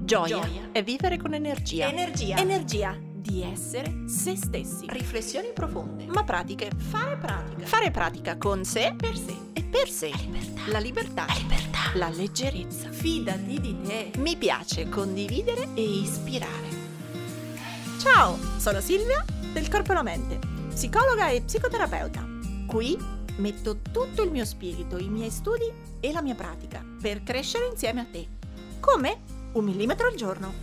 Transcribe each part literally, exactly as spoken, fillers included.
Gioia, Gioia è vivere con energia. Energia. Energia. Di essere se stessi. Riflessioni profonde, ma pratiche. Fare pratica. Fare pratica con sé, per sé e per sé. La libertà. La libertà. La libertà. La leggerezza. Fidati di te. Mi piace condividere e ispirare. Ciao, sono Silvia del Corpo e la Mente, psicologa e psicoterapeuta. Qui metto tutto il mio spirito, i miei studi e la mia pratica per crescere insieme a te. Come? Un millimetro al giorno.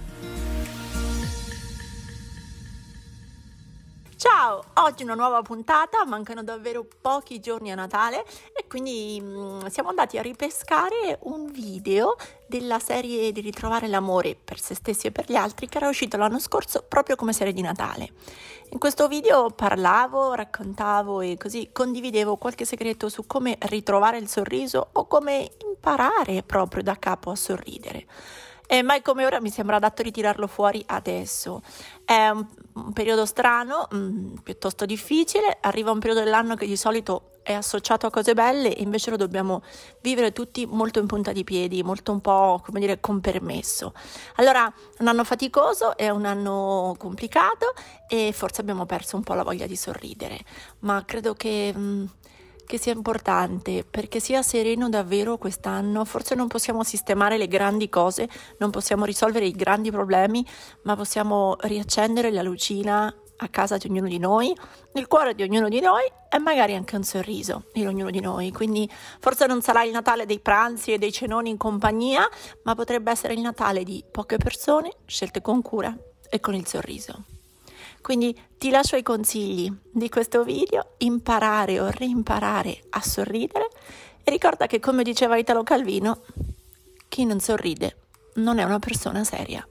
Ciao, oggi una nuova puntata, mancano davvero pochi giorni a Natale e quindi mh, siamo andati a ripescare un video della serie di Ritrovare l'amore per se stessi e per gli altri che era uscito l'anno scorso proprio come serie di Natale. In questo video parlavo, raccontavo e così condividevo qualche segreto su come ritrovare il sorriso o come imparare proprio da capo a sorridere. E mai come ora mi sembra adatto ritirarlo fuori adesso. È un, un periodo strano, mh, piuttosto difficile, arriva un periodo dell'anno che di solito è associato a cose belle e invece lo dobbiamo vivere tutti molto in punta di piedi, molto un po', come dire, con permesso. Allora, un anno faticoso, è un anno complicato e forse abbiamo perso un po' la voglia di sorridere, ma credo che... Mh, che sia importante perché sia sereno davvero quest'anno. Forse non possiamo sistemare le grandi cose, non possiamo risolvere i grandi problemi, ma possiamo riaccendere la lucina a casa di ognuno di noi, nel cuore di ognuno di noi e magari anche un sorriso in ognuno di noi. Quindi forse non sarà il Natale dei pranzi e dei cenoni in compagnia, ma potrebbe essere il Natale di poche persone scelte con cura e con il sorriso. Quindi ti lascio i consigli di questo video, imparare o reimparare a sorridere e ricorda che, come diceva Italo Calvino, chi non sorride non è una persona seria.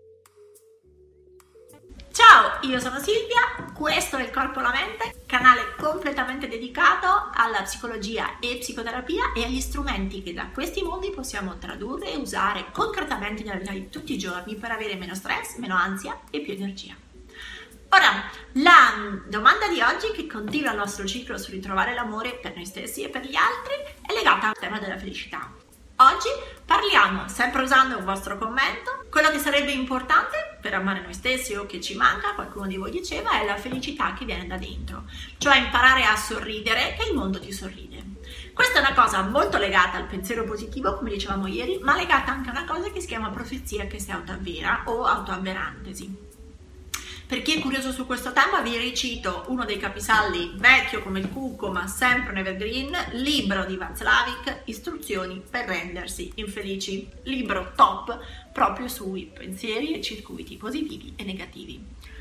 Ciao, io sono Silvia, questo è il Corpo e la Mente, canale completamente dedicato alla psicologia e psicoterapia e agli strumenti che da questi mondi possiamo tradurre e usare concretamente nella vita di tutti i giorni per avere meno stress, meno ansia e più energia. Ora, la domanda di oggi, che continua il nostro ciclo su ritrovare l'amore per noi stessi e per gli altri, è legata al tema della felicità. Oggi parliamo, sempre usando un vostro commento, quello che sarebbe importante per amare noi stessi o che ci manca, qualcuno di voi diceva, è la felicità che viene da dentro, cioè imparare a sorridere che il mondo ti sorride. Questa è una cosa molto legata al pensiero positivo, come dicevamo ieri, ma legata anche a una cosa che si chiama profezia che si autoavvera o autoavverantesi. Per chi è curioso su questo tema vi ricito uno dei capisaldi, vecchio come il cucco ma sempre un evergreen, libro di Václavic, Istruzioni per rendersi infelici, libro top proprio sui pensieri e circuiti positivi e negativi.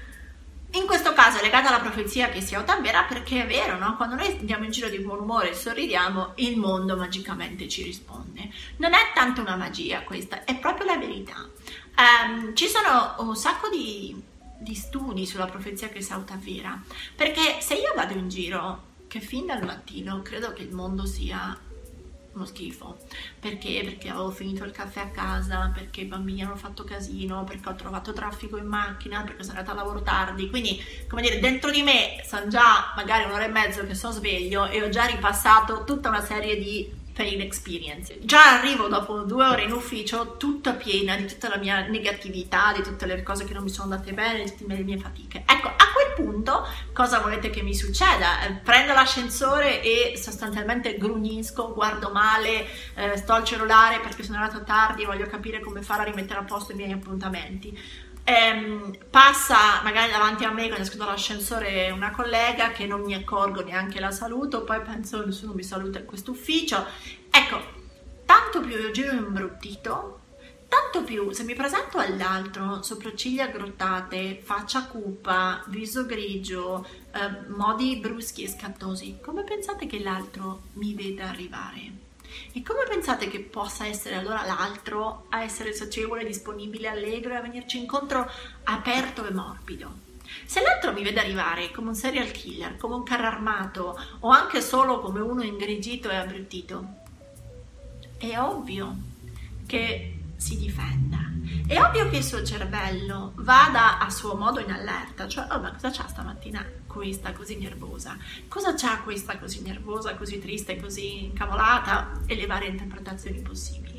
In questo caso è legata alla profezia che si autoavvera perché è vero, no? Quando noi andiamo in giro di buon umore e sorridiamo, il mondo magicamente ci risponde. Non è tanto una magia questa, è proprio la verità. Um, ci sono un sacco di... di studi sulla profezia che si autoavvera, perché se io vado in giro che fin dal mattino credo che il mondo sia uno schifo, perché perché avevo finito il caffè a casa, perché i bambini hanno fatto casino, perché ho trovato traffico in macchina, perché sono andata a lavoro tardi, quindi come dire, dentro di me sono già magari un'ora e mezzo che sono sveglio e ho già ripassato tutta una serie di pain experience. Già arrivo dopo due ore in ufficio tutta piena di tutta la mia negatività, di tutte le cose che non mi sono andate bene, di tutte le mie fatiche. Ecco, a quel punto cosa volete che mi succeda? Eh, prendo l'ascensore e sostanzialmente grugnisco, guardo male, eh, sto al cellulare perché sono arrivata tardi e voglio capire come fare a rimettere a posto i miei appuntamenti. Ehm, passa magari davanti a me quando esco dall'ascensore una collega che non mi accorgo, neanche la saluto, poi penso nessuno mi saluta in questo ufficio. Ecco, tanto più io giro imbruttito, tanto più se mi presento all'altro sopracciglia aggrottate, faccia cupa, viso grigio, eh, modi bruschi e scattosi, come pensate che l'altro mi veda arrivare? E come pensate che possa essere allora l'altro a essere socievole, disponibile, allegro e a venirci incontro aperto e morbido? Se l'altro mi vede arrivare come un serial killer, come un carro armato o anche solo come uno ingrigito e abbruttito, è ovvio che si difenda. È ovvio che il suo cervello vada a suo modo in allerta, cioè oh, ma cosa c'ha stamattina questa così nervosa? Cosa c'ha questa così nervosa, così triste, così incavolata? E le varie interpretazioni possibili.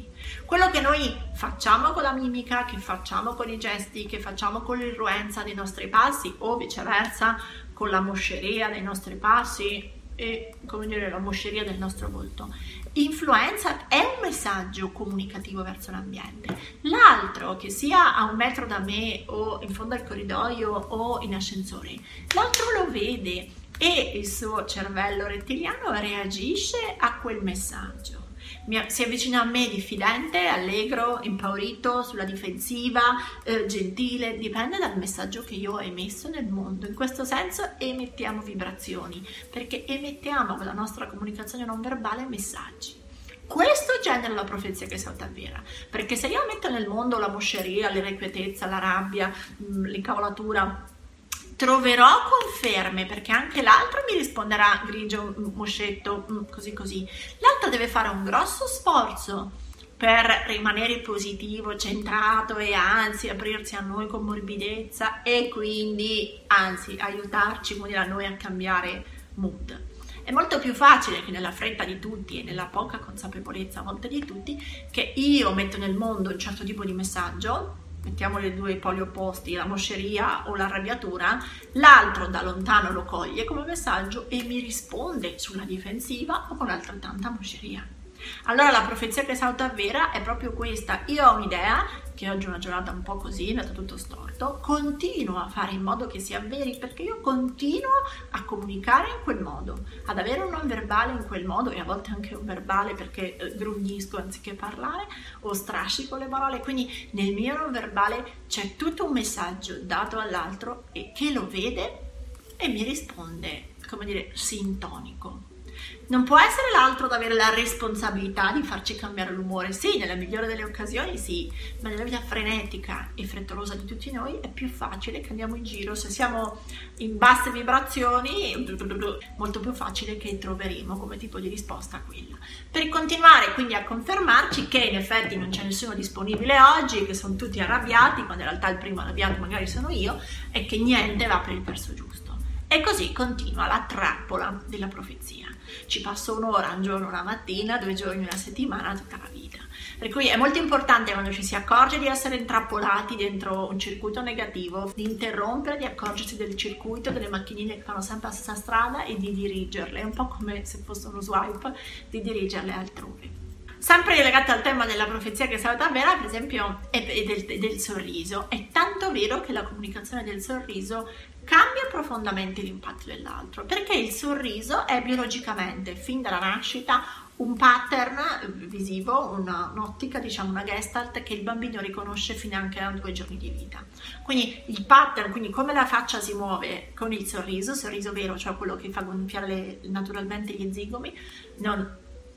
Quello che noi facciamo con la mimica, che facciamo con i gesti, che facciamo con l'irruenza dei nostri passi o viceversa con la mosceria dei nostri passi e, come dire, la mosceria del nostro volto, influenza, è un messaggio comunicativo verso l'ambiente. L'altro, che sia a un metro da me o in fondo al corridoio o in ascensore, l'altro lo vede e il suo cervello rettiliano reagisce a quel messaggio. Si avvicina a me diffidente, allegro, impaurito, sulla difensiva, eh, gentile, dipende dal messaggio che io ho emesso nel mondo. In questo senso emettiamo vibrazioni, perché emettiamo con la nostra comunicazione non verbale messaggi. Questo genera la profezia che si avvera, perché se io metto nel mondo la mosceria, l'irrequietezza, la rabbia, l'incavolatura, troverò conferme, perché anche l'altro mi risponderà grigio, moscetto, così così. L'altro deve fare un grosso sforzo per rimanere positivo, centrato e anzi aprirsi a noi con morbidezza e quindi anzi aiutarci quindi a noi a cambiare mood. È molto più facile che nella fretta di tutti e nella poca consapevolezza a volte di tutti che io metto nel mondo un certo tipo di messaggio, mettiamo le due poli opposti, la mosceria o l'arrabbiatura, l'altro da lontano lo coglie come messaggio e mi risponde sulla difensiva o con altrettanta mosceria. Allora la profezia che si autoavvera è proprio questa: io ho un'idea, che oggi è una giornata un po' così, è andato tutto storto, continuo a fare in modo che si avveri, perché io continuo a comunicare in quel modo, ad avere un non verbale in quel modo e a volte anche un verbale perché eh, grugnisco anziché parlare o strascico le parole, quindi nel mio non verbale c'è tutto un messaggio dato all'altro e che lo vede e mi risponde, come dire, sintonico. Non può essere l'altro ad avere la responsabilità di farci cambiare l'umore, sì, nella migliore delle occasioni sì, ma nella vita frenetica e frettolosa di tutti noi è più facile che andiamo in giro, se siamo in basse vibrazioni, molto più facile che troveremo come tipo di risposta a quella. Per continuare quindi a confermarci che in effetti non c'è nessuno disponibile oggi, che sono tutti arrabbiati, quando in realtà il primo arrabbiato magari sono io, e che niente va per il verso giusto. E così continua la trappola della profezia. Ci passo un'ora, un giorno, una mattina, due giorni, una settimana, tutta la vita. Per cui è molto importante, quando ci si accorge di essere intrappolati dentro un circuito negativo, di interrompere, di accorgersi del circuito, delle macchinine che fanno sempre la stessa strada e di dirigerle, un po' come se fosse uno swipe, di dirigerle altrove. Sempre legata al tema della profezia che si avvera, per esempio, è del, del sorriso. È tanto vero che la comunicazione del sorriso cambia profondamente l'impatto dell'altro, perché il sorriso è biologicamente, fin dalla nascita, un pattern visivo, una, un'ottica, diciamo una gestalt che il bambino riconosce fino anche a due giorni di vita. Quindi il pattern, quindi come la faccia si muove con il sorriso, sorriso vero, cioè quello che fa gonfiare le, naturalmente gli zigomi, non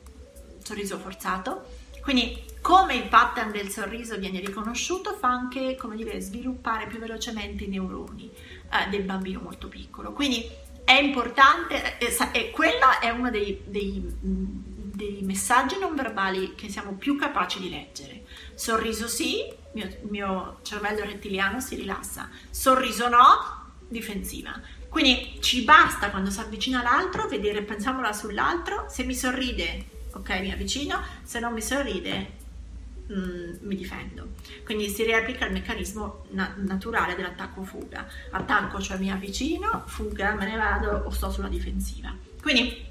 sorriso forzato. Quindi come il pattern del sorriso viene riconosciuto fa anche, come dire, sviluppare più velocemente i neuroni eh, del bambino molto piccolo. Quindi è importante, e eh, quello è uno dei, dei, dei messaggi non verbali che siamo più capaci di leggere. Sorriso sì, il mio, mio cervello rettiliano si rilassa, sorriso no, difensiva. Quindi ci basta, quando si avvicina all'altro, vedere, pensiamola sull'altro, se mi sorride, ok, mi avvicino, se non mi sorride mm, mi difendo. Quindi si replica il meccanismo na- naturale dell'attacco-fuga. Attacco, cioè mi avvicino, fuga, me ne vado o sto sulla difensiva. Quindi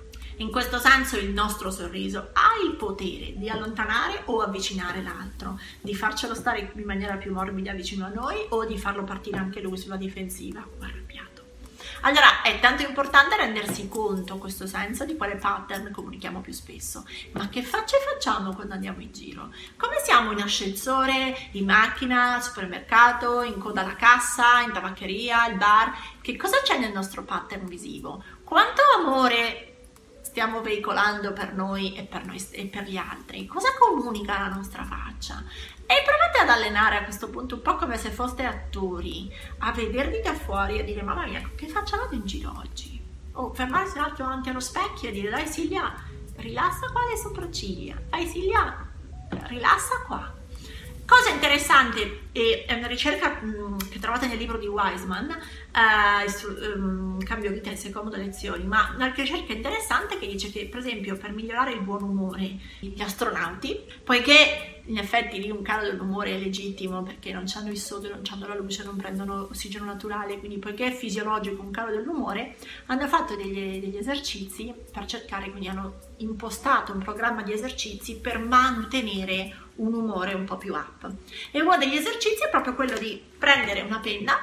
in questo senso il nostro sorriso ha il potere di allontanare o avvicinare l'altro, di farcelo stare in maniera più morbida vicino a noi o di farlo partire anche lui sulla difensiva o arrabbiato. Allora è tanto importante rendersi conto, in questo senso, di quale pattern comunichiamo più spesso. Ma che facce facciamo quando andiamo in giro? Come siamo in ascensore, in macchina, al supermercato, in coda alla cassa, in tabaccheria, al bar? Che cosa c'è nel nostro pattern visivo? Quanto amore stiamo veicolando per noi e per noi e per gli altri? Cosa comunica la nostra faccia? E provate ad allenare a questo punto un po' come se foste attori, a vedervi da fuori e a dire: mamma mia, che faccia vado in giro oggi? O fermarsi un attimo davanti allo specchio e dire: dai Silvia, rilassa qua le sopracciglia, dai Silvia, rilassa qua. Cosa interessante, e è una ricerca mh, che trovate nel libro di Wiseman, eh, um, Cambio vita in sei comode lezioni, ma una ricerca interessante che dice che, per esempio, per migliorare il buon umore degli astronauti, poiché in effetti lì un calo dell'umore è legittimo perché non hanno il sodio, non hanno la luce, non prendono ossigeno naturale, quindi poiché è fisiologico un calo dell'umore, hanno fatto degli, degli esercizi per cercare, quindi hanno impostato un programma di esercizi per mantenere un umore un po' più up. E uno degli esercizi è proprio quello di prendere una penna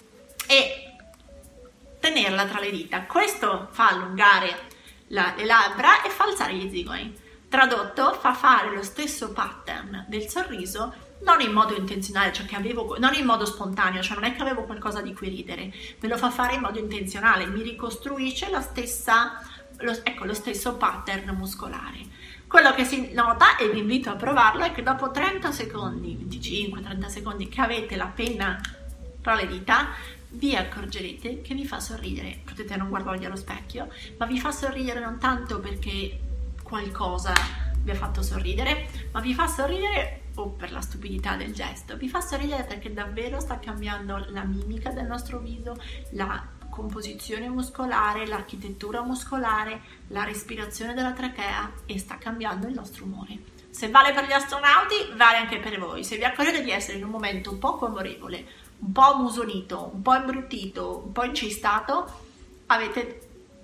e tenerla tra le dita. Questo fa allungare la, le labbra e fa alzare gli zigoni. Tradotto, fa fare lo stesso pattern del sorriso, non in modo intenzionale, cioè che avevo, non in modo spontaneo, cioè non è che avevo qualcosa di cui ridere, me lo fa fare in modo intenzionale, mi ricostruisce la stessa, lo, ecco, lo stesso pattern muscolare. Quello che si nota, e vi invito a provarlo, è che dopo trenta secondi, venticinque trenta secondi che avete la penna tra le dita, vi accorgerete che vi fa sorridere. Potete non guardarvi allo specchio, ma vi fa sorridere non tanto perché qualcosa vi ha fatto sorridere, ma vi fa sorridere o per la stupidità del gesto, vi fa sorridere perché davvero sta cambiando la mimica del nostro viso, la composizione muscolare, l'architettura muscolare, la respirazione della trachea, e sta cambiando il nostro umore. Se vale per gli astronauti, vale anche per voi. Se vi accorgete di essere in un momento poco amorevole, un po' ammusonito, un po' imbruttito, un po' incistato, avete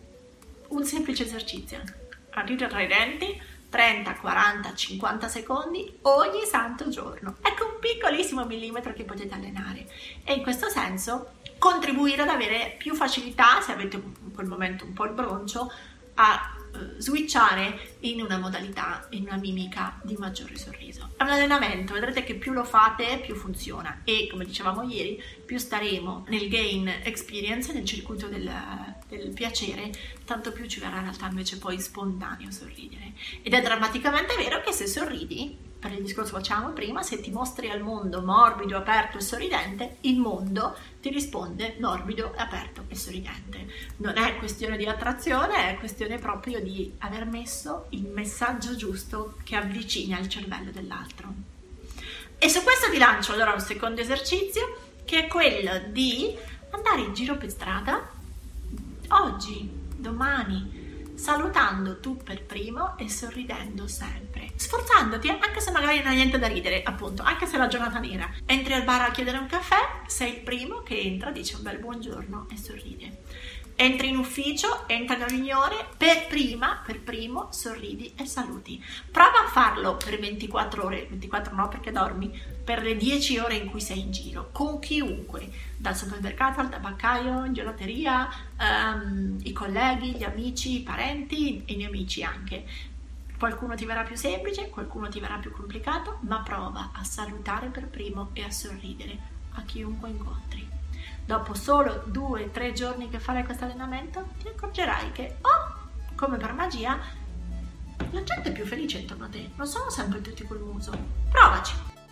un semplice esercizio: ridere tra i denti trenta, quaranta, cinquanta secondi ogni santo giorno. Ecco un piccolissimo millimetro che potete allenare e in questo senso contribuire ad avere più facilità, se avete in quel momento un po' il broncio, a uh, switchare in una modalità, in una mimica di maggiore sorriso. È un allenamento, vedrete che più lo fate più funziona, e come dicevamo ieri, più staremo nel gain experience, nel circuito del, del piacere, tanto più ci verrà in realtà invece poi spontaneo sorridere. Ed è drammaticamente vero che se sorridi, per il discorso che facciamo prima, se ti mostri al mondo morbido, aperto e sorridente, il mondo ti risponde morbido, aperto e sorridente. Non è questione di attrazione, è questione proprio di aver messo il messaggio giusto che avvicina il cervello dell'altro. E su questo ti lancio allora un secondo esercizio, che è quello di andare in giro per strada oggi, domani, salutando tu per primo e sorridendo sempre, sforzandoti, anche se magari non hai niente da ridere, appunto, anche se è la giornata nera. Entri al bar a chiedere un caffè, sei il primo che entra, dice un bel buongiorno e sorride. Entri in ufficio, entra la riunione, per prima, per primo, sorridi e saluti. Prova a farlo per ventiquattro ore, ventiquattro no perché dormi, per le dieci ore in cui sei in giro, con chiunque, dal supermercato al tabaccaio, in gelateria, um, i colleghi, gli amici, i parenti e i nemici anche. Qualcuno ti verrà più semplice, qualcuno ti verrà più complicato, ma prova a salutare per primo e a sorridere a chiunque incontri. Dopo solo due o tre giorni che farai questo allenamento, ti accorgerai che, oh, come per magia, la gente è più felice intorno a te, non sono sempre tutti col muso. Provaci!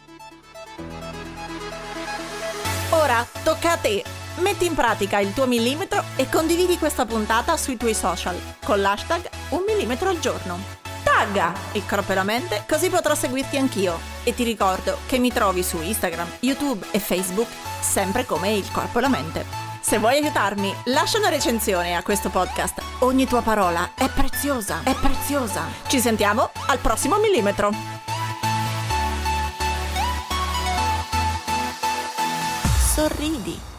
Ora tocca a te. Metti in pratica il tuo millimetro e condividi questa puntata sui tuoi social con l'hashtag un millimetro al giorno. Tagga il corpo e la mente, così potrò seguirti anch'io. E ti ricordo che mi trovi su Instagram, YouTube e Facebook sempre come Il Corpo e la Mente. Se vuoi aiutarmi, lascia una recensione a questo podcast. Ogni tua parola è preziosa, è preziosa. Ci sentiamo al prossimo millimetro. Sorridi.